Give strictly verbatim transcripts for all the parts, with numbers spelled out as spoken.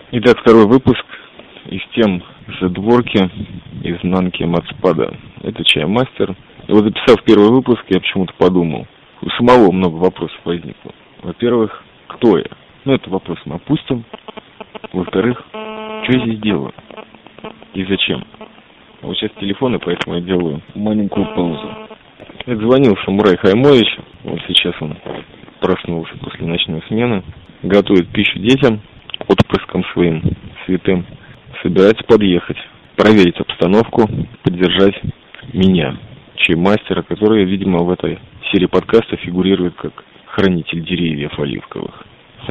Итак, второй выпуск из тем задворки, изнанки Мацпада. Это Чаймастер. И вот записав первый выпуск, я почему-то подумал, у самого много вопросов возникло. Во-первых, кто я? Ну, это вопрос мы опустим. Во-вторых, что я здесь делаю? И зачем? А вот сейчас телефон, и поэтому я делаю маленькую паузу. Я звонил Самурай Хаймович. Вот сейчас он проснулся после ночной смены. Готовит пищу детям, отпрыском своим святым. Собирается подъехать, проверить обстановку, поддержать меня, Чаймастера, который, видимо, в этой серии подкаста фигурирует как хранитель деревьев оливковых.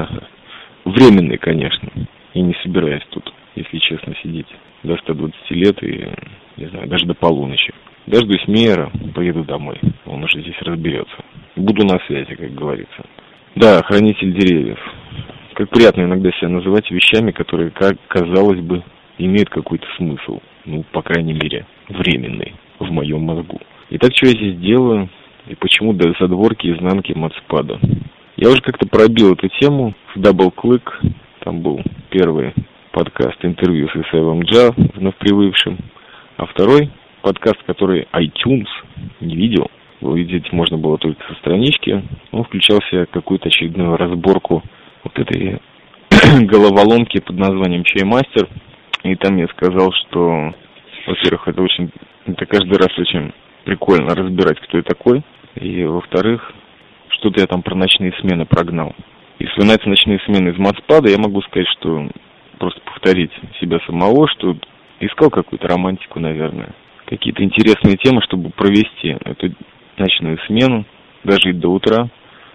Временный, конечно. И не собираюсь тут, если честно, сидеть до ста двадцати лет и, не знаю, даже до полуночи. Дождусь мэра, поеду домой. Он уже здесь разберется. Буду на связи, как говорится. Да, хранитель деревьев. Как приятно иногда себя называть вещами, которые, как казалось бы, имеют какой-то смысл. Ну, по крайней мере, временный в моем мозгу. Итак, что я здесь делаю и почему до задворки изнанки Мацпада? Я уже как-то пробил эту тему в Double Click. Там был первый подкаст интервью с Исаевым Джа, вновь прибывшим. А второй подкаст, который iTunes не видел, увидеть можно было только со странички. Он включал в себя какую-то очередную разборку вот этой головоломки под названием Чаймастер. И там я сказал, что, во-первых, это очень, это каждый раз очень прикольно разбирать, кто я такой. И, во-вторых, что-то я там про ночные смены прогнал. И вспоминать ночные смены из Мацпада, я могу сказать, что просто повторить себя самого, что искал какую-то романтику, наверное. Какие-то интересные темы, чтобы провести эту ночную смену, дожить до утра.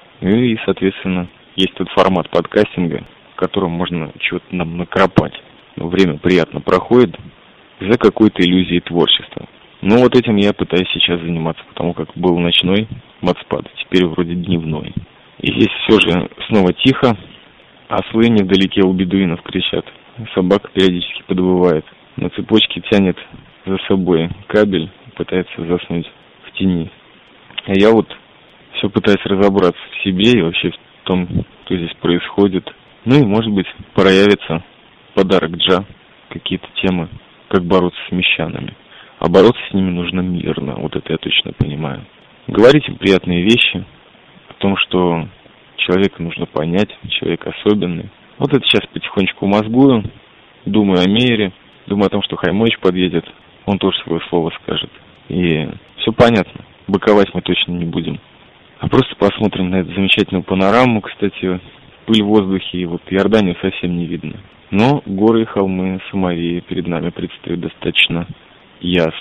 И, соответственно, есть тот формат подкастинга, в котором можно что-то нам накропать. Но время приятно проходит за какой-то иллюзией творчества. Ну вот этим я пытаюсь сейчас заниматься, потому как был ночной Мацпад, теперь вроде дневной. И здесь все же снова тихо, ослы невдалеке у бедуинов кричат, собака периодически подвывает, на цепочке тянет за собой кабель, пытается заснуть в тени. А я вот все пытаюсь разобраться в себе и вообще в том, что здесь происходит. Ну и, может быть, проявится подарок Джа, какие-то темы, как бороться с мещанами. А бороться с ними нужно мирно, вот это я точно понимаю. Говорить им приятные вещи, о том, что человека нужно понять, человек особенный. Вот это сейчас потихонечку мозгую, думаю о Мейере, думаю о том, что Хаймович подъедет, он тоже свое слово скажет. И все понятно, быковать мы точно не будем. А просто посмотрим на эту замечательную панораму, кстати, пыль в воздухе, и вот Иорданию совсем не видно. Но горы и холмы Самарии перед нами предстают достаточно ясно.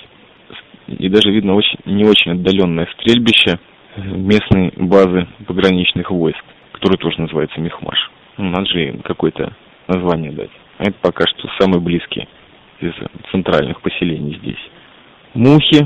И даже видно очень, не очень отдаленное стрельбище местной базы пограничных войск, которая тоже называется Мехмаш. Ну, надо же им какое-то название дать. А это пока что самый близкий из центральных поселений здесь. Мухи.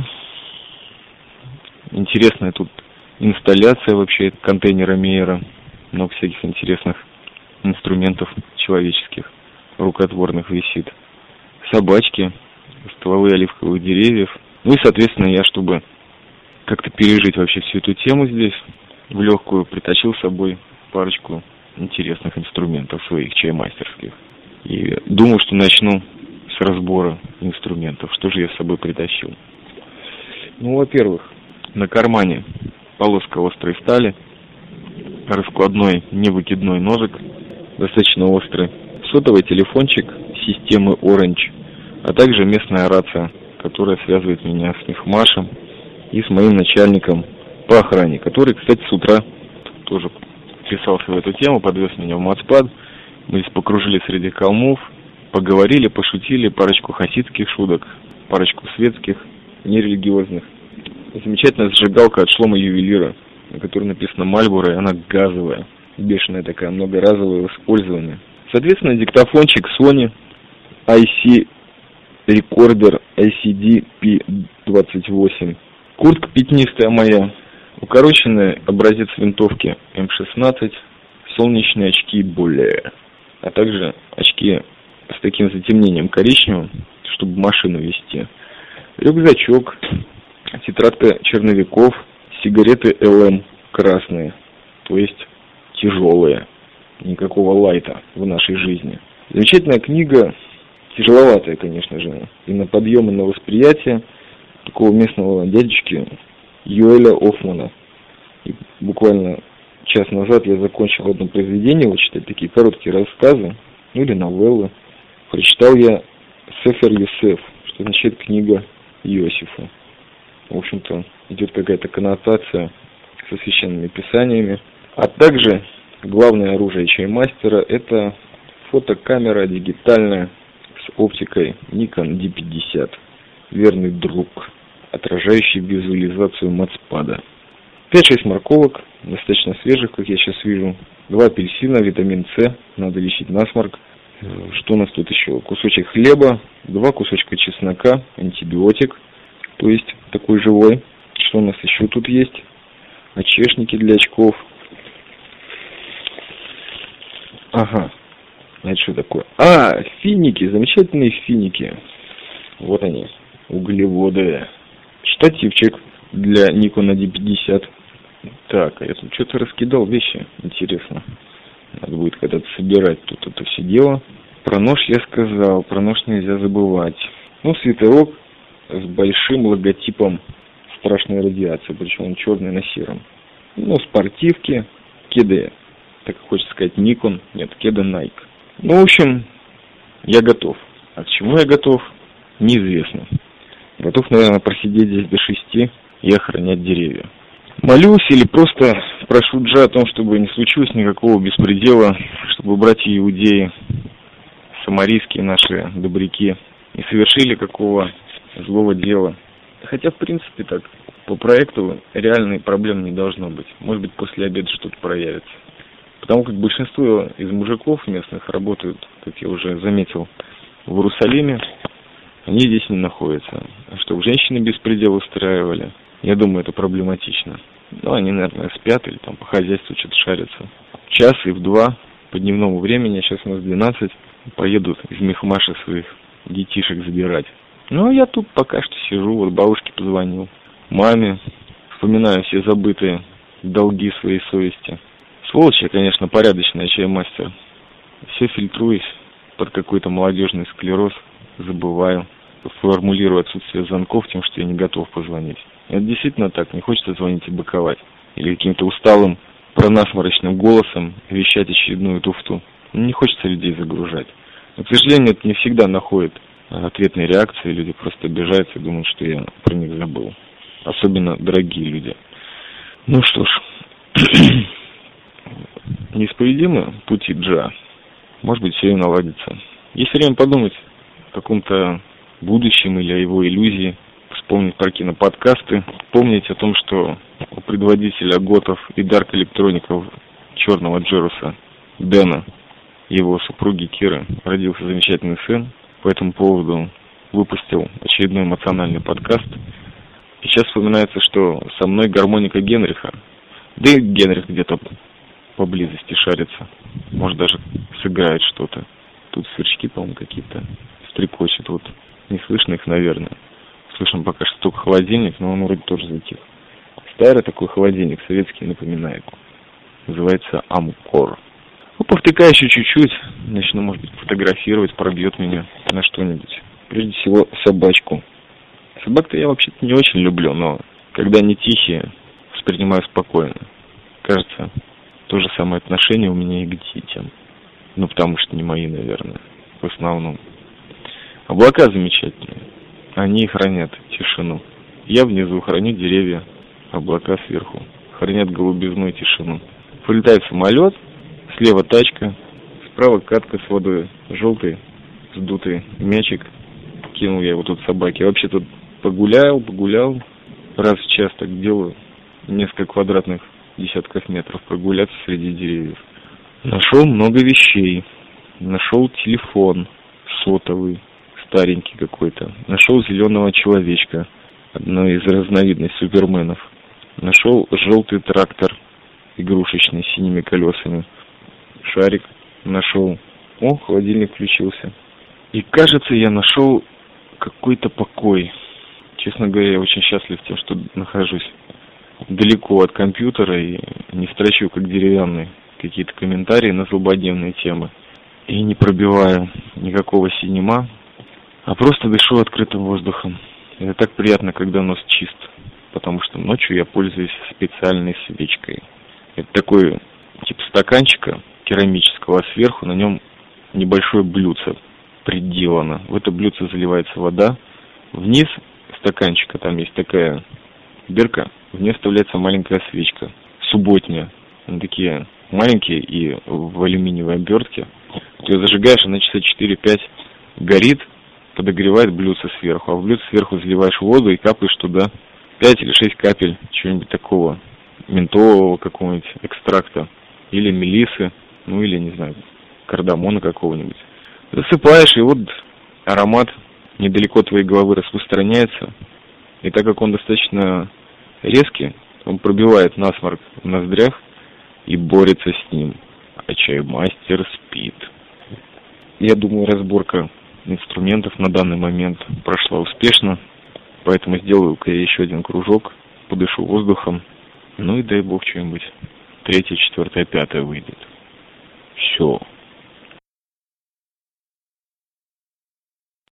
Интересная тут инсталляция вообще контейнера Мейера. Много всяких интересных инструментов человеческих, рукотворных висит. Собачки, стволы оливковых деревьев. Ну и, соответственно, я, чтобы как-то пережить вообще всю эту тему здесь, в легкую притащил с собой парочку интересных инструментов своих чаймастерских. И думаю, что начну с разбора инструментов. Что же я с собой притащил? Ну, во-первых, на кармане полоска острой стали, раскладной невыкидной ножик, достаточно острый, сотовый телефончик системы Orange, а также местная рация, которая связывает меня с Мехмашем и с моим начальником по охране, который, кстати, с утра тоже вписался в эту тему, подвез меня в Мацпад. Мы здесь покружили среди холмов, поговорили, пошутили, парочку хасидских шуток, парочку светских, нерелигиозных. Замечательная зажигалка от Шлома Ювелира, на которой написано Мальборо, и она газовая, бешеная такая, многоразовая в использовании. Соответственно, диктофончик Sony ай си Recorder ай си ди пи двадцать восемь. Куртка пятнистая моя, укороченный образец винтовки эм шестнадцать, солнечные очки более, а также очки с таким затемнением коричневым, чтобы машину вести. Рюкзачок, тетрадка черновиков, сигареты эл эм красные, то есть тяжелые, никакого лайта в нашей жизни. Замечательная книга, тяжеловатая, конечно же, и на подъем, и на восприятие такого местного дядечки Юэля Офмана. И буквально час назад я закончил одно произведение, вот читать такие короткие рассказы, ну или новеллы. Прочитал я Сефер Юсеф, что означает книга Иосифа. В общем-то, идет какая-то коннотация со священными писаниями. А также главное оружие чаймастера – это фотокамера дигитальная с оптикой Nikon ди пятьдесят. Верный друг, отражающий визуализацию матчпада. пять-шесть морковок, достаточно свежих, как я сейчас вижу. Два апельсина, витамин С, надо лечить насморк. Что у нас тут еще? Кусочек хлеба, два кусочка чеснока, антибиотик, то есть такой живой. Что у нас еще тут есть? Очешники для очков. Ага. Это что такое? А, финики, замечательные финики. Вот они, углеводы. Штативчик для Nikon ди пятьдесят. Так, а я тут что-то раскидал вещи. Интересно. Надо будет когда-то собирать тут это все дело. Про нож я сказал, про нож нельзя забывать. Ну, свитерок с большим логотипом страшной радиации, причем он черный на сером. Ну, спортивки, кеды, так хочется сказать Nikon, нет, кеды Nike. Ну, в общем, я готов. А к чему я готов, неизвестно. Готов, наверное, просидеть здесь до шести и охранять деревья. Молюсь или просто прошу Джа о том, чтобы не случилось никакого беспредела, чтобы братья иудеи, самарийские наши добряки, не совершили какого злого дела. Хотя, в принципе, так, по проекту реальной проблем не должно быть. Может быть, после обеда что-то проявится. Потому как большинство из мужиков местных работают, как я уже заметил, в Иерусалиме, они здесь не находятся. А чтобы женщины беспредел устраивали, я думаю, это проблематично. Ну, они, наверное, спят или там по хозяйству что-то шарятся. В час и в два по дневному времени, сейчас у нас двенадцать, поедут из Мехмаша своих детишек забирать. Ну, я тут пока что сижу, вот бабушке позвонил, маме, вспоминаю все забытые долги своей совести. Сволочь я, конечно, порядочный чаймастер. Все фильтруюсь под какой-то молодежный склероз, забываю, формулирую отсутствие звонков тем, что я не готов позвонить. Это действительно так, не хочется звонить и быковать. Или каким-то усталым, пронасморочным голосом вещать очередную туфту. Не хочется людей загружать. Но, к сожалению, это не всегда находит ответной реакции. Люди просто обижаются и думают, что я про них забыл. Особенно дорогие люди. Ну что ж, неисповедимы пути Джа. Может быть, все и наладится. Есть время подумать о каком-то будущем или о его иллюзии. Вспомнить про киноподкасты, помнить о том, что у предводителя готов и дарк электроников Черного Джеруса Дэна, его супруги Киры, родился замечательный сын. По этому поводу выпустил очередной эмоциональный подкаст. И сейчас вспоминается, что со мной гармоника Генриха. Да и Генрих где-то поблизости шарится. Может, даже сыграет что-то. Тут сверчки, по-моему, какие-то стрекочут. Вот не слышно их, наверное. Слышим пока что только холодильник, но он вроде тоже затих. Старый такой холодильник, советский, напоминает. Называется Амкор. Ну, повтыкаю еще чуть-чуть, начну, может быть, фотографировать, пробьет меня на что-нибудь. Прежде всего, собачку. Собак-то я вообще-то не очень люблю, но когда они тихие, воспринимаю спокойно. Кажется, то же самое отношение у меня и к детям. Ну, потому что не мои, наверное, в основном. Облака замечательные. Они хранят тишину. Я внизу храню деревья, облака сверху хранят голубизну и тишину. Прилетает самолет, слева тачка, справа катка с водой, желтый сдутый мячик. Кинул я его тут собаке. Я вообще тут погулял, погулял. Раз в час так делаю. Несколько квадратных десятков метров прогуляться среди деревьев. Нашел много вещей. Нашел телефон сотовый. Старенький какой-то. Нашел зеленого человечка, одной из разновидностей суперменов. Нашел желтый трактор, игрушечный, с синими колесами. Шарик нашел. О, холодильник включился. И кажется, я нашел какой-то покой. Честно говоря, я очень счастлив тем, что нахожусь далеко от компьютера и не строчу, как деревянный, какие-то комментарии на злободневные темы. и не пробиваю никакого синема, а просто дышу открытым воздухом. Это так приятно, когда нос чист, потому что ночью я пользуюсь специальной свечкой. Это такой тип стаканчика керамического, а сверху на нем небольшое блюдце приделано. В это блюдце заливается вода. Вниз стаканчика там есть такая дырка, в нее вставляется маленькая свечка, субботняя. Они такие маленькие и в алюминиевой обертке. Ты ее зажигаешь, она часа четыре-пять горит, подогревает блюдце сверху, а в блюдце сверху заливаешь воду и капаешь туда пять или шесть капель чего-нибудь такого, ментолового какого-нибудь экстракта, или мелисы, ну или, не знаю, кардамона какого-нибудь. Засыпаешь, и вот аромат недалеко от твоей головы распространяется, и так как он достаточно резкий, он пробивает насморк в ноздрях и борется с ним. А чаймастер спит. Я думаю, разборка инструментов на данный момент прошла успешно, поэтому сделаю-ка я еще один кружок, подышу воздухом, ну и дай бог что-нибудь третье, четвертое, пятое выйдет. Все.